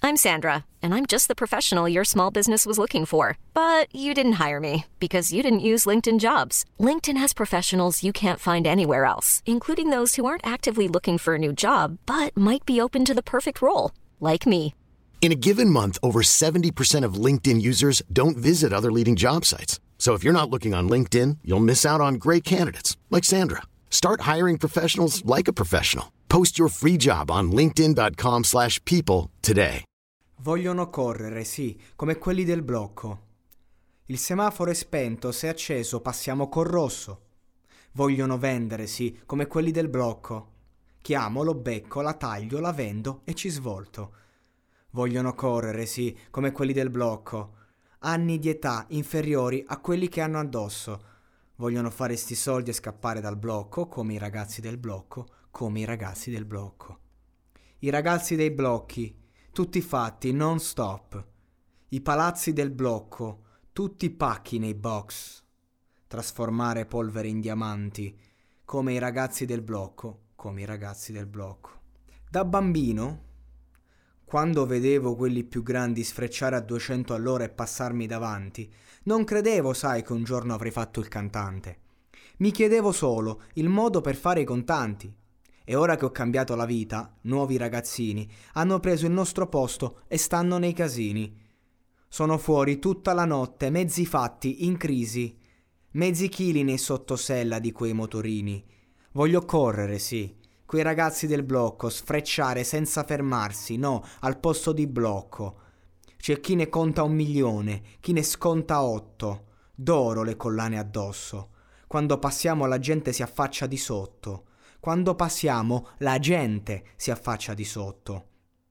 I'm Sandra, and I'm just the professional your small business was looking for. But you didn't hire me because you didn't use LinkedIn Jobs. LinkedIn has professionals you can't find anywhere else, including those who aren't actively looking for a new job, but might be open to the perfect role, like me. In a given month, over 70% of LinkedIn users don't visit other leading job sites. So if you're not looking on LinkedIn, you'll miss out on great candidates like Sandra. Start hiring professionals like a professional. Post your free job on linkedin.com/people today. Vogliono correre, sì, come quelli del blocco. Il semaforo è spento, se è acceso passiamo col rosso. Vogliono vendere, sì, come quelli del blocco. Chiamo, lo becco, la taglio, la vendo e ci svolto. Vogliono correre, sì, come quelli del blocco. Anni di età inferiori a quelli che hanno addosso. Vogliono fare sti soldi e scappare dal blocco, come i ragazzi del blocco, come i ragazzi del blocco. I ragazzi dei blocchi, tutti fatti non stop. I palazzi del blocco, tutti pacchi nei box. Trasformare polvere in diamanti, come i ragazzi del blocco, come i ragazzi del blocco. Da bambino, quando vedevo quelli più grandi sfrecciare a 200 all'ora e passarmi davanti, non credevo, sai, che un giorno avrei fatto il cantante. Mi chiedevo solo il modo per fare i contanti. E ora che ho cambiato la vita, nuovi ragazzini hanno preso il nostro posto e stanno nei casini. Sono fuori tutta la notte, mezzi fatti, in crisi, mezzi chili nei sottosella di quei motorini. Voglio correre, sì, quei ragazzi del blocco, sfrecciare senza fermarsi, no, al posto di blocco. C'è chi ne conta 1 milione, chi ne sconta 8, d'oro le collane addosso. Quando passiamo la gente si affaccia di sotto. Quando passiamo, la gente si affaccia di sotto.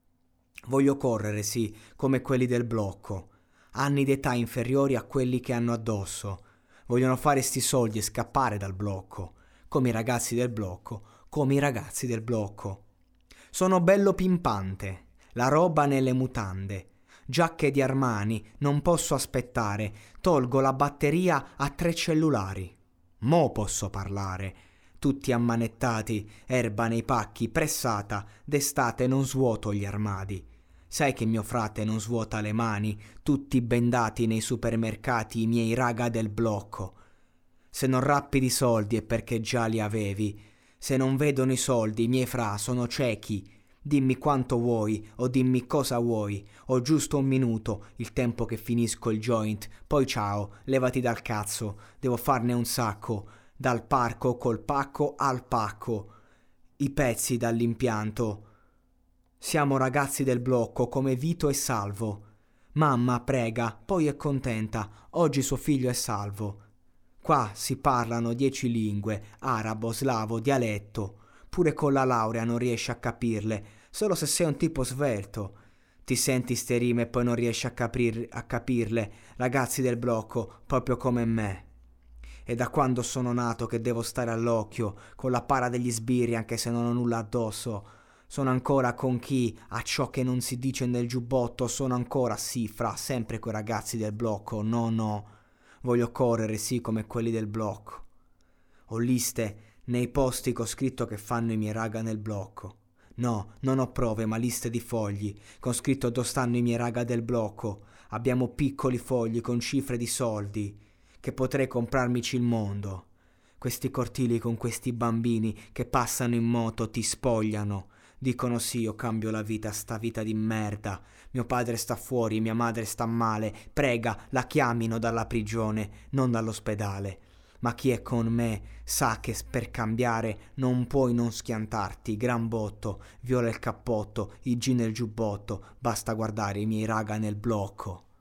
Voglio correre, sì, come quelli del blocco. Anni d'età inferiori a quelli che hanno addosso. Vogliono fare sti soldi e scappare dal blocco. Come i ragazzi del blocco, come i ragazzi del blocco. Sono bello pimpante, la roba nelle mutande. Giacche di Armani, non posso aspettare. Tolgo la batteria a 3 cellulari. Mo posso parlare. Tutti ammanettati, erba nei pacchi, pressata, d'estate non svuoto gli armadi. Sai che mio frate non svuota le mani, tutti bendati nei supermercati i miei raga del blocco. Se non rappi di soldi è perché già li avevi, se non vedono i soldi i miei fra sono ciechi. Dimmi quanto vuoi o dimmi cosa vuoi, ho giusto 1 minuto, il tempo che finisco il joint, poi ciao, levati dal cazzo, devo farne un sacco. Dal parco col pacco al pacco, i pezzi dall'impianto. Siamo ragazzi del blocco come Vito e Salvo. Mamma prega, poi è contenta, oggi suo figlio è salvo. Qua si parlano 10 lingue, arabo, slavo, dialetto. Pure con la laurea non riesci a capirle, solo se sei un tipo svelto. Ti senti ste rime e poi non riesci a capirle, ragazzi del blocco, proprio come me. È da quando sono nato che devo stare all'occhio, con la para degli sbirri anche se non ho nulla addosso. Sono ancora con chi ha ciò che non si dice nel giubbotto, sono ancora, sì, fra sempre quei ragazzi del blocco, no. Voglio correre, sì, come quelli del blocco. Ho liste nei posti che ho scritto che fanno i miei raga nel blocco. No, non ho prove, ma liste di fogli, con scritto dove stanno i miei raga del blocco. Abbiamo piccoli fogli con cifre di soldi, che potrei comprarmici il mondo. Questi cortili con questi bambini che passano in moto ti spogliano. Dicono sì, io cambio la vita, sta vita di merda. Mio padre sta fuori, mia madre sta male. Prega, la chiamino dalla prigione, non dall'ospedale. Ma chi è con me sa che per cambiare non puoi non schiantarti. Gran botto, viola il cappotto, i G nel giubbotto. Basta guardare i miei raga nel blocco.